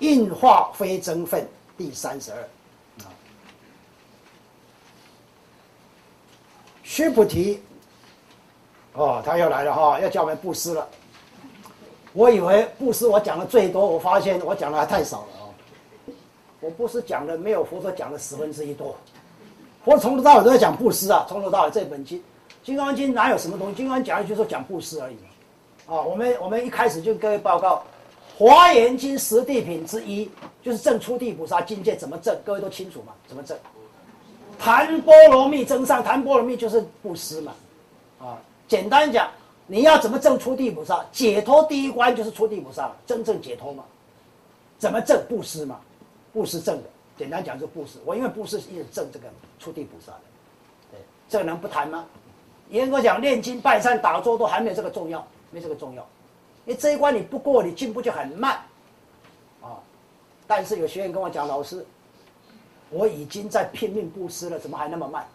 应化非增分第32。须菩提，他又来了哈，要叫我们布施了。我以为布施我讲的最多，我发现我讲的还太少了我布施讲的没有佛陀讲的1/10多。佛从头到尾都在讲布施啊，从头到尾这本经《金刚经》哪有什么东西？《金刚经》讲一句说讲布施而已我们一开始就跟各位报告，《华严经》10地品之一就是证初地菩萨境界怎么证，各位都清楚嘛？怎么证？檀波罗蜜增上，檀波罗蜜就是布施嘛简单讲，你要怎么证初地菩萨？解脱第一关就是初地菩萨，真正解脱嘛？怎么证？布施嘛，布施证的。简单讲就是布施。我因为布施一直证这个初地菩萨的，对，这个能不谈吗？严格讲，念经、拜忏、打坐都还没有这个重要，没这个重要。因为这一关你不过，你进步就很慢但是有学员跟我讲，老师，我已经在拼命布施了，怎么还那么慢？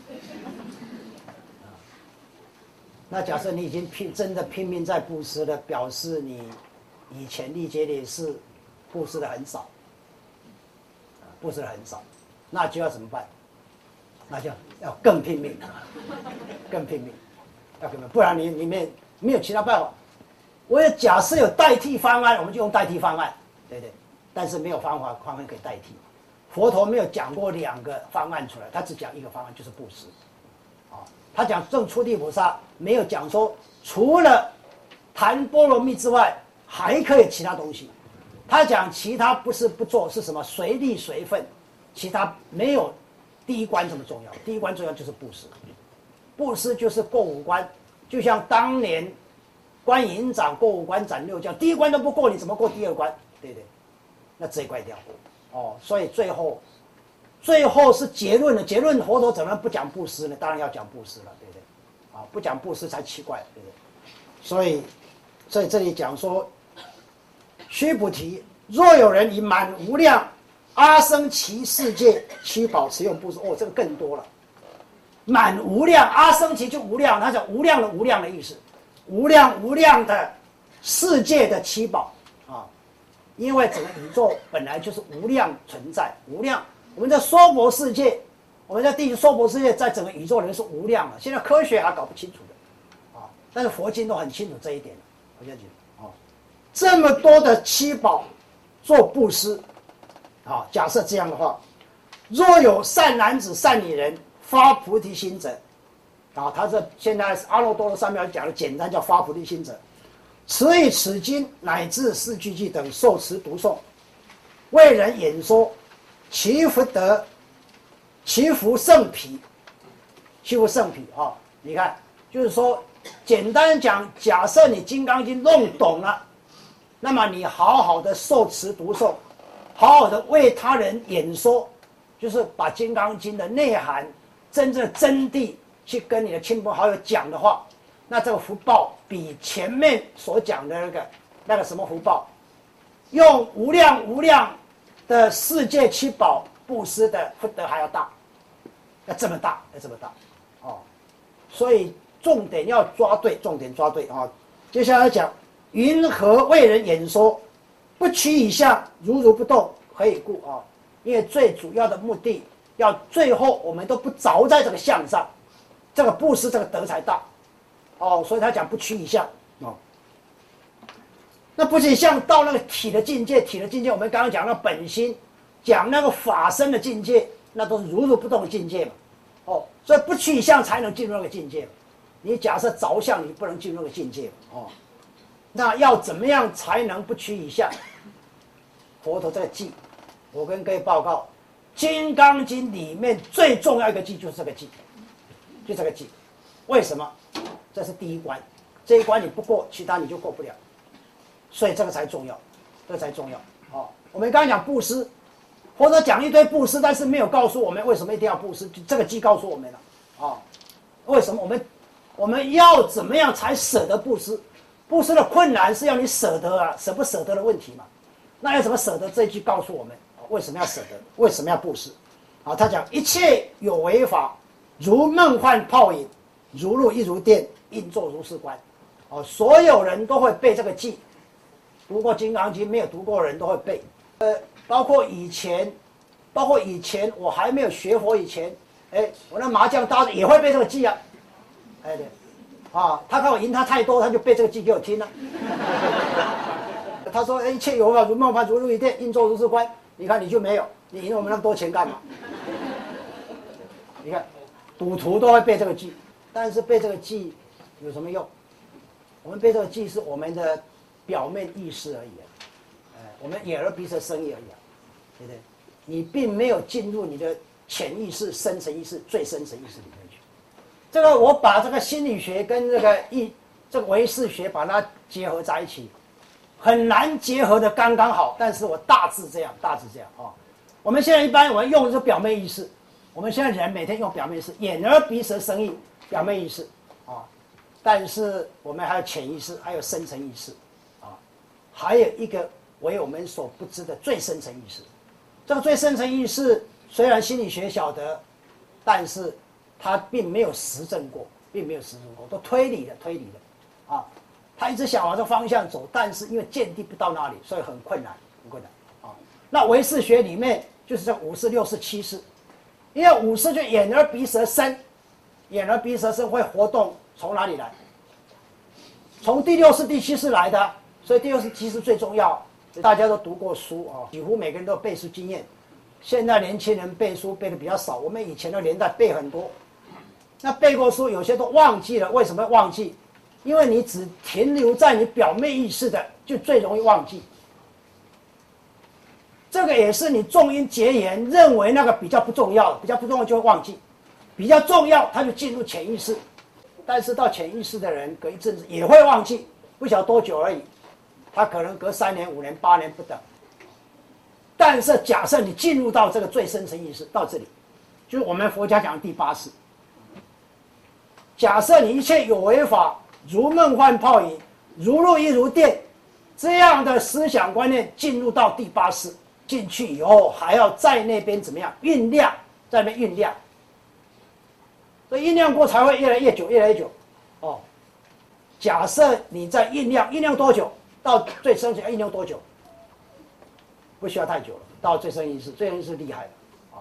那假设你已经真的拼命在布施了，表示你以前历劫也是布施的很少，布施的很少，那就要怎么办？那就要更拼命，更拼命，要更拼命，不然你没有其他办法。我也假设有代替方案，我们就用代替方案，对不对？但是没有方案可以代替。佛陀没有讲过2个方案出来，他只讲一个方案，就是布施。他讲证初地菩萨，没有讲说除了檀波罗蜜之外，还可以其他东西。他讲其他不是不做，是什么？随力随分，其他没有第一关这么重要。第一关重要就是布施，布施就是过5关，就像当年观音长过5关斩6将，第一关都不过，你怎么过第2关？对不对？那这一关一定要过所以最后是结论的，结论佛陀怎么不讲布施呢？当然要讲布施了，对不对？不讲布施才奇怪，对不对？所以这里讲说，须菩提，若有人以满无量阿僧祇世界七宝持用布施，这个更多了。满无量阿僧祇就无量，他讲无量的无量的意思，无量的世界的七宝因为整个宇宙本来就是无量存在，无量。我们在娑婆世界，我们在地球娑婆世界，在整个宇宙里面是无量的。现在科学还搞不清楚的但是佛经都很清楚这一点。我讲这么多的七宝做布施假设这样的话，若有善男子善女人发菩提心者他这现在阿耨多罗三藐讲的简单叫发菩提心者，持以此经乃至四句偈等受持读诵，为人演说，其福甚彼，其福甚彼你看，就是说，简单讲，假设你《金刚经》弄懂了，那么你好好的受持读诵，好好的为他人演说，就是把《金刚经》的内涵、真正的真谛去跟你的亲朋好友讲的话，那这个福报比前面所讲的那个什么福报，用无量的世界七宝布施的福德还要大，要这么大所以重点要抓对，接下来讲云何为人演说，不取以相，如不动，何以故因为最主要的目的，要最后我们都不着在这个相上，这个布施这个德才大所以他讲不取以相那不取以相到那个体的境界，我们刚刚讲到本心，讲那个法身的境界，那都是如不动的境界嘛所以不取以相才能进入那个境界嘛。你假设着相，你不能进入那个境界嘛那要怎么样才能不取以相？佛陀这个偈，我跟各位报告，《金刚经》里面最重要一个偈就是这个偈，就这个偈。为什么？这是第一关，这一关你不过，其他你就过不了，所以这个才重要，我们刚刚讲布施，佛陀讲一堆布施，但是没有告诉我们为什么一定要布施，这个偈告诉我们了为什么我们要怎么样才舍得布施？布施的困难是要你舍得舍不舍得的问题嘛？那要怎么舍得？这一句告诉我们为什么要舍得，为什么要布施他讲一切有为法，如梦幻泡影，如露亦如电，应作如是观所有人都会背这个偈，读过《金刚经》没有读过的人都会背包括以前我还没有学佛以前，我那麻将搭着也会背这个记啊，对，他看我赢他太多，他就背这个记给我听了。他说，一切有法如梦幻，如露亦电，应作如是观。你看你就没有，你赢我们那么多钱干嘛？你看，赌徒都会背这个记，但是背这个记有什么用？我们背这个记是我们的表面意识而已，我们眼耳鼻舌身意而已，对不对？你并没有进入你的潜意识、深层意识、最深层意识里面去。这个我把这个心理学跟这个唯识学把它结合在一起，很难结合的刚刚好，但是我大致这样我们现在一般我们用的是表面意识，我们现在人每天用表面意识，眼耳鼻舌身意，表面意识但是我们还有潜意识，还有深层意识还有一个为我们所不知的最深层意识。这个最深层意识虽然心理学晓得，但是它并没有实证过，都推理的他一直想往这方向走，但是因为见地不到那里，所以很困难那唯识学里面就是这五识、六识、七识，因为五识就眼耳鼻舌身，眼耳鼻舌身会活动，从哪里来？从第六识、第七识来的，所以第六识、七识最重要。大家都读过书几乎每个人都有背书经验。现在年轻人背书背的比较少，我们以前的年代背很多。那背过书有些都忘记了，为什么忘记？因为你只停留在你表面意识的，就最容易忘记。这个也是你重音结言，认为那个比较不重要就会忘记，比较重要他就进入潜意识，但是到潜意识的人隔一阵子也会忘记，不晓得多久而已，他可能隔3年、5年、8年不等。但是假设你进入到这个最深层意识，到这里，就是我们佛家讲的第8识。假设你一切有为法如梦幻泡影，如露亦如电，这样的思想观念进入到第8识，进去以后还要在那边怎么样酝酿，在那边酝酿，所以酝酿过才会越来越久，越来越久。假设你在酝酿多久？到最深层要酝酿多久？不需要太久了，到最深意识，最深意识厉害了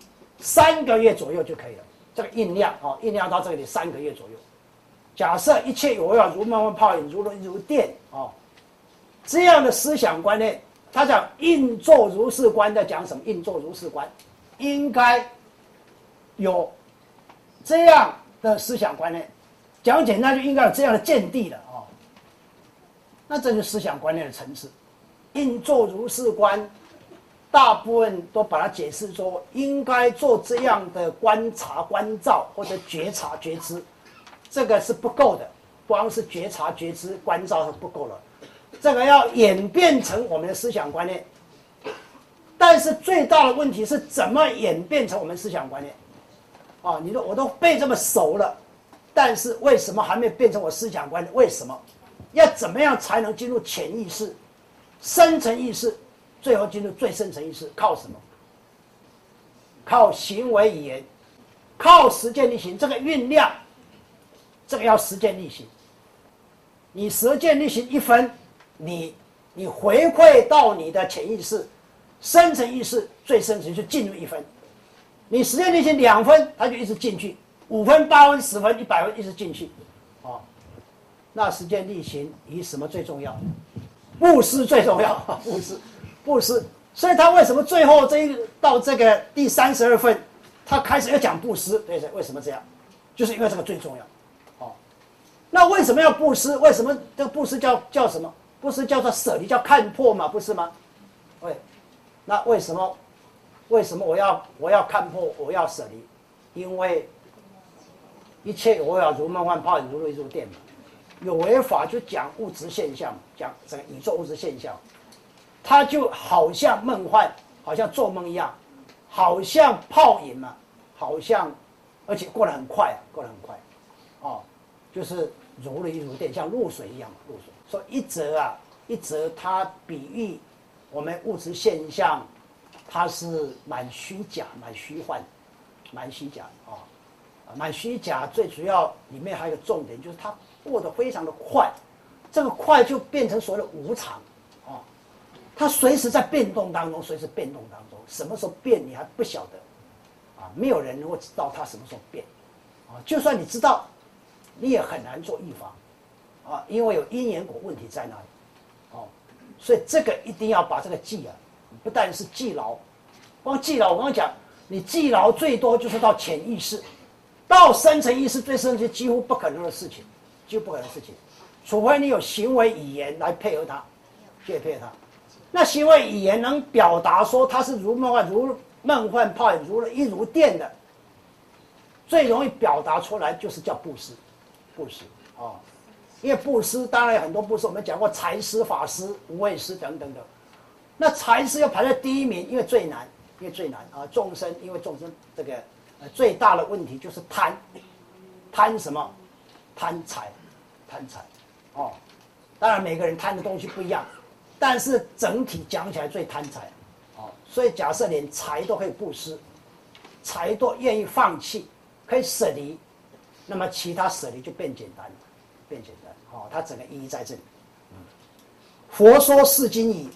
3个月左右就可以了。这个酝酿酝酿到这里3个月左右。假设一切有为法如梦幻泡影，如露亦如电这样的思想观念，他讲应作如是观，在讲什么？应作如是观，应该有这样的思想观念。讲简单，就应该有这样的见地了那这就是思想观念的层次。应作如是观，大部分都把它解释说，应该做这样的观察、关照或者觉察、觉知，这个是不够的。光是觉察、觉知、关照是不够了，这个要演变成我们的思想观念。但是最大的问题是怎么演变成我们思想观念？你说我都背这么熟了，但是为什么还没有变成我思想观念？为什么？要怎么样才能进入潜意识、深层意识，最后进入最深层意识？靠什么？靠行为语言，靠实践力行。这个酝酿，这个要实践力行。你实践力行1分，你回馈到你的潜意识、深层意识、最深层就进入1分。你实践力行2分，它就一直进去，5分、8分、10分、100分一直进去。那实践力行以什么最重要？布施最重要，布施。所以他为什么最后到这个第32份，他开始要讲布施？对，为什么这样？就是因为这个最重要。那为什么要布施？为什么这个布施叫什么？布施叫做舍离，叫看破嘛，不是吗？对。那为什么我要看破，我要舍离？因为一切有为法如梦幻泡影，如露亦如电嘛。有为法就讲物质现象，讲整个宇宙物质现象，它就好像梦幻，好像做梦一样，好像泡影嘛，好像，而且过得很快，就是如露亦如电，像露水一样嘛，露水。所以一则它比喻我们物质现象，它是蛮虚假、蛮虚幻、蛮虚假蛮虚假。最主要里面还有一个重点，就是它过得非常的快，这个快就变成所谓的无常它随时在变动当中，随时变动当中，什么时候变你还不晓得，啊，没有人能够知道它什么时候变，啊，就算你知道，你也很难做预防，啊，因为有因缘果问题在那里，哦，所以这个一定要把这个记啊，不但是记牢，光记牢，我刚刚讲，你记牢最多就是到潜意识，到深层意识最深层几乎不可能的事情，几乎不可能的事情，除非你有行为语言来配合它，去配合它。那行为语言能表达说它是如梦幻、如梦幻泡影、如一如电的，最容易表达出来就是叫布施，布施啊，因为布施当然有很多布施，我们讲过财施、法施、无畏施等等的。那财施要排在第一名，因为最难，因为最难啊，众生因为众生这个最大的问题就是贪，贪什么？贪财，贪财，哦，当然每个人贪的东西不一样。但是整体讲起来最贪财，哦，所以假设连财都可以布施，财都愿意放弃，可以舍离，那么其他舍离就变简单了，变简单，哦，它整个意义在这里。佛说是经已，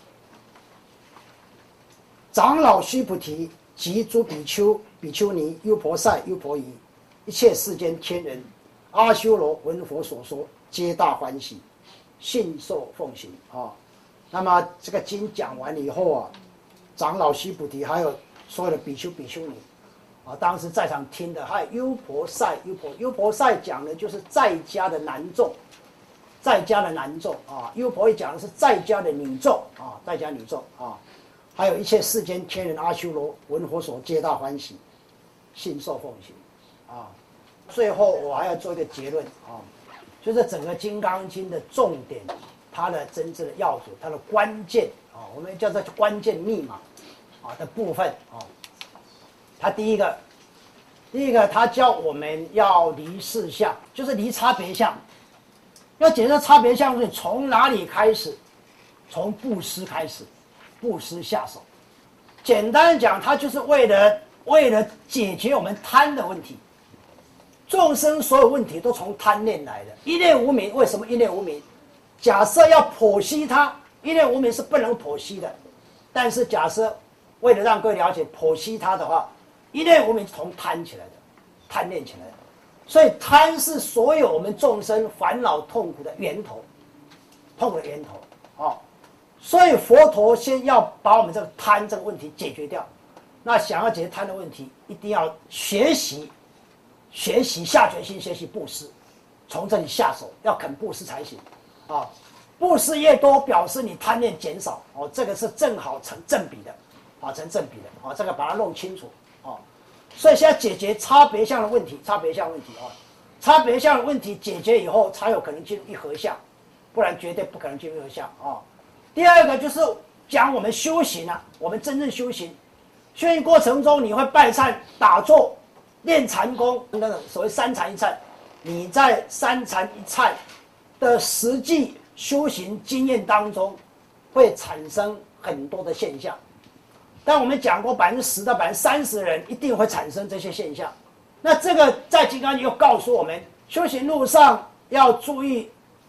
长老须菩提及诸比丘、比丘尼、优婆塞、优婆夷，一切世间天人，阿修罗闻佛所说，皆大欢喜，信受奉行啊。那么这个经讲完了以后啊，长老须菩提还有所有的比丘比丘尼啊，当时在场听的还有优婆塞优婆塞讲的就是在家的男众，在家的男众啊，优婆夷讲的是在家的女众啊，在家女众啊，还有一切世间天人阿修罗闻佛所皆大欢喜，信受奉行啊。最后我还要做一个结论啊，就是整个《金刚经》的重点。它的真正的要素，它的关键啊，我们叫做关键密码啊的部分啊。它第一个，它教我们要离四相，就是离差别相。要解决差别相，是从哪里开始？从布施开始，布施下手。简单讲，它就是为了解决我们贪的问题。众生所有问题都从贪念来的，一念无明。为什么一念无明？假设要剖析它，一念无明是不能剖析的。但是假设为了让各位了解剖析它的话，一念无明是从贪起来的，贪念起来的。所以贪是所有我们众生烦恼痛苦的源头，痛苦的源头。哦，所以佛陀先要把我们这个贪这个问题解决掉。那想要解决贪的问题，一定要学习下决心，学习布施，从这里下手，要肯布施才行。啊，布施越多，表示你贪念减少哦，这个是正好成正比的，啊，成正比的啊，这个把它弄清楚哦。所以现在解决差别相的问题，差别相的问题解决以后，才有可能进入一合相，不然绝对不可能进入一合相啊。第二个就是讲我们修行啊，我们真正修行过程中，你会拜忏、打坐、练禅功等等，所谓三禅一忏，你在三禅一忏的实际修行经验当中，会产生很多的现象。但我们讲过10%到30%的人一定会产生这些现象。那这个在《金刚经》又告诉我们，修行路上要注意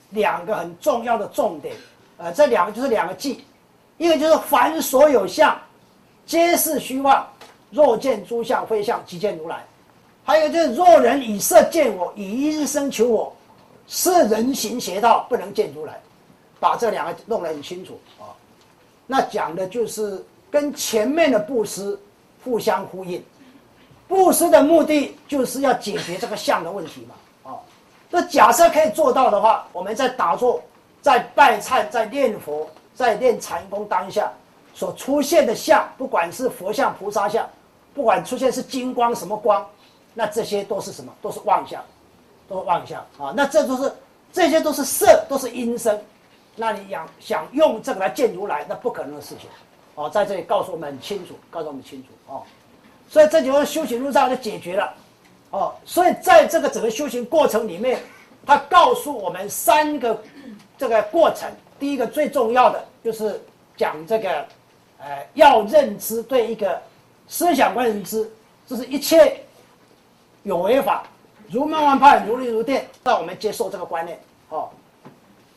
2个很重要的重点。这2个就是2个记，一个就是凡所有相，皆是虚妄；若见诸相非相，即见如来。还有就是若人以色见我，以一日生求我，是人行邪道，不能见如来。把这2个弄得很清楚啊。那讲的就是跟前面的布施互相呼应。布施的目的就是要解决这个相的问题嘛。啊，那假设可以做到的话，我们在打坐、在拜忏、在念佛、在练禅功当下所出现的相，不管是佛像、菩萨像，不管出现是金光什么光，那这些都是什么？都是妄相，都是妄相啊。那这些都是色，都是阴身。那你想用这个来见如来，那不可能的事情。哦，在这里告诉我们很清楚，哦。所以这就是修行路上就解决了。哦，所以在这个整个修行过程里面，他告诉我们3个这个过程。第一个最重要的就是讲这个，要认知对一个思想观认知，就是一切有为法，如梦幻泡影，如露亦如电，让我们接受这个观念。哦，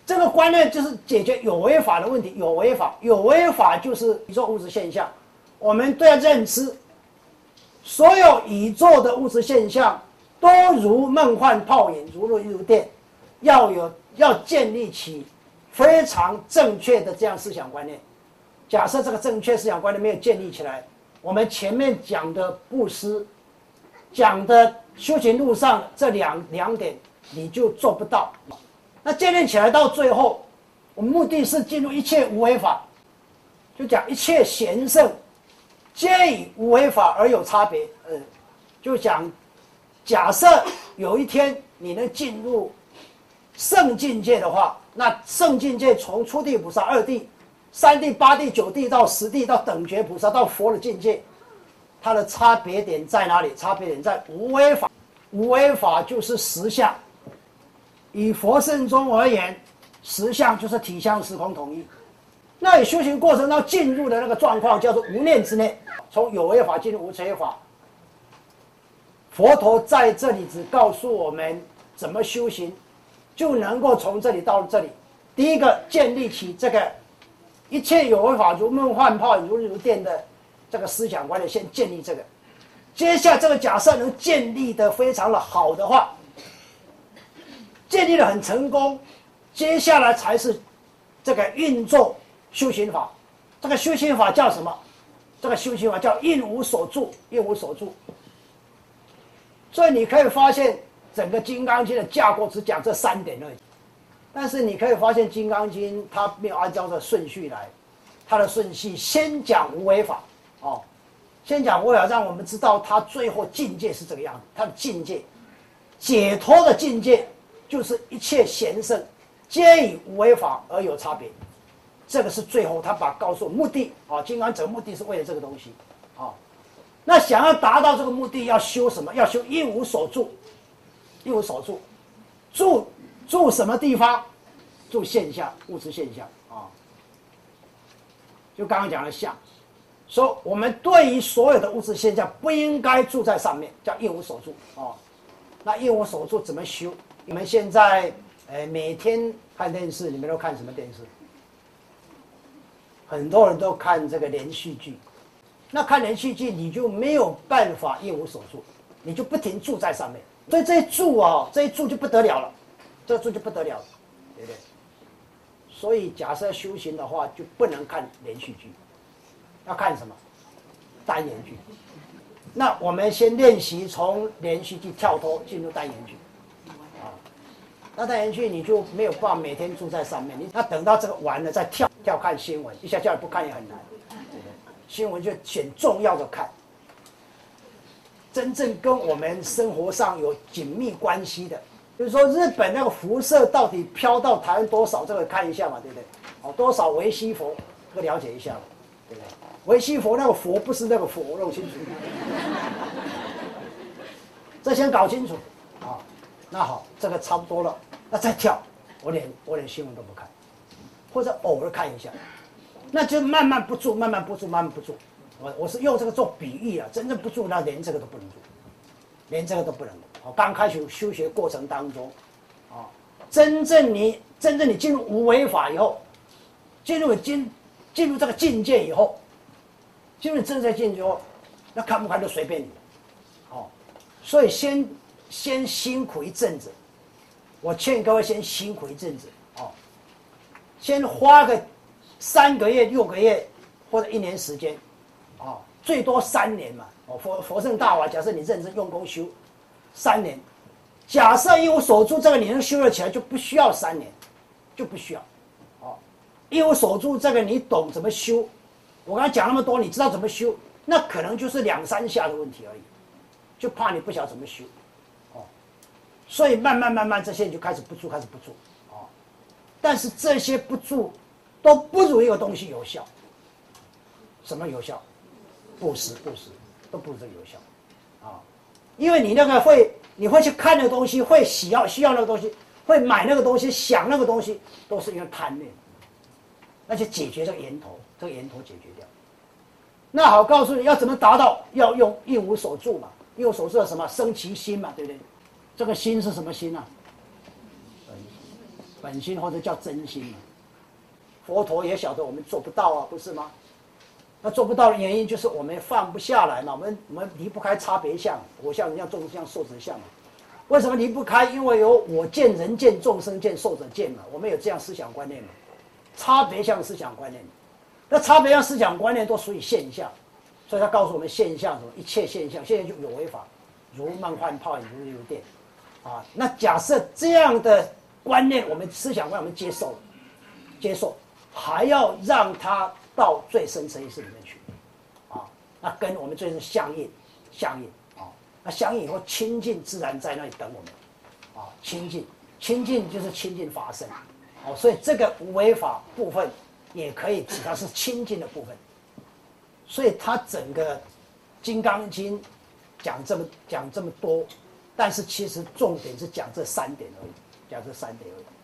这个观念就是解决有为法的问题。有为法，有为法就是宇宙物质现象。我们对它认知，所有宇宙的物质现象都如梦幻泡影，如露如电，要建立起非常正确的这样思想观念。假设这个正确思想观念没有建立起来，我们前面讲的布施，讲的修行路上这两点你就做不到。那建立起来到最后，我们目的是进入一切无为法，就讲一切贤圣皆以无为法而有差别。就讲假设有一天你能进入圣境界的话，那圣境界从初地菩萨、二地、三地、八地、九地到十地到等觉菩萨到佛的境界，它的差别点在哪里？差别点在无为法。无为法就是实相。以佛圣宗而言，实相就是体相时空统一。那以修行过程中进入的那个状况叫做无念之内，从有为法进入无为法。佛陀在这里只告诉我们怎么修行，就能够从这里到这里。第一个，建立起这个一切有为法如梦幻泡影，如日如电的这个思想观念，先建立这个。接下来这个假设能建立的非常的好的话，建立的很成功，接下来才是这个运作修行法。这个修行法叫什么？这个修行法叫应无所住，应无所住。所以你可以发现，整个《金刚经》的架构只讲这3点而已。但是你可以发现，《金刚经》它没有按照这顺序来，它的顺序先讲无为法，先讲无为法，让我们知道它最后境界是这个样子。它的境界，解脱的境界，就是一切贤圣皆以无为法而有差别。这个是最后他告诉我目的啊，金刚整个目的是为了这个东西啊。那想要达到这个目的，要修什么？要修应无所住，应无所住，住什么地方？住现象，物质现象啊。就刚刚讲的相，说我们对于所有的物质现象不应该住在上面，叫应无所住啊。那应无所住怎么修？你们现在每天看电视，你们都看什么电视？很多人都看这个连续剧。那看连续剧，你就没有办法应无所住，你就不停住在上面。所以这一住就不得了了，这住就不得了了，对不对？所以假设修行的话，就不能看连续剧，要看什么？单元剧。那我们先练习从连续剧跳脱进入单元剧。那单元剧你就没有办法每天住在上面，那等到这个完了再跳看新闻，一下叫你不看也很难，对不对？新闻就选重要的看，真正跟我们生活上有紧密关系的，比如说日本那个辐射到底飘到台湾多少，这个看一下嘛，对不对？多少维西佛，这个了解一下嘛，对不对？维西佛那个佛不是那个佛，弄清楚，这先搞清楚啊。那好，这个差不多了，那再跳，我连新闻都不看，或者偶尔看一下，那就慢慢不住。我是用这个做比喻啊，真正不住，那连这个都不能住，连这个都不能。刚开始修学过程当中，真正你进入无为法以后，进入这个境界以后，进入真正境界以后，那看不看都随便你，所以先辛苦一阵子，我劝各位先辛苦一阵子，先花个3个月、6个月或者1年时间，最多3年嘛。佛圣大法，假设你认真用功修3年，假设应无所住这个你能修得起来，就不需要3年，就不需要。应无所住这个你懂怎么修，我刚才讲那么多，你知道怎么修，那可能就是2、3下的问题而已，就怕你不晓得怎么修。所以慢慢这些人就开始不住，但是这些不住都不如一个东西有效。什么有效？布施都不如这个有效，因为你那个你会去看那个东西，会需要那个东西，会买那个东西，想那个东西，都是因为贪念。那就解决这个源头，解决掉。那好，告诉你要怎么达到，要用应无所住嘛，应无所住的什么？生其心嘛，对不对？这个心是什么心啊？ 本心或者叫真心。佛陀也晓得我们做不到啊，不是吗？那做不到的原因就是我们放不下来嘛，我们离不开差别相，我相、人相、众生相、寿者相嘛。为什么离不开？因为有我见、人见、众生见、寿者见嘛，我们有这样思想观念嘛，差别相思想观念。那差别相思想观念都属于现象，所以他告诉我们现象什么？一切现象，现在就有为法，如梦幻泡影，如日如电。啊，那假设这样的观念，我们思想观我们接受，还要让它到最深层意识里面去，啊，那跟我们最是相应，啊，那相应以后清净自然在那里等我们，啊，清净就是清净法身，哦，所以这个无为法部分也可以指它是清净的部分，所以它整个《金刚经》讲这么多。但是其实重点是讲这3点而已，讲这3点而已。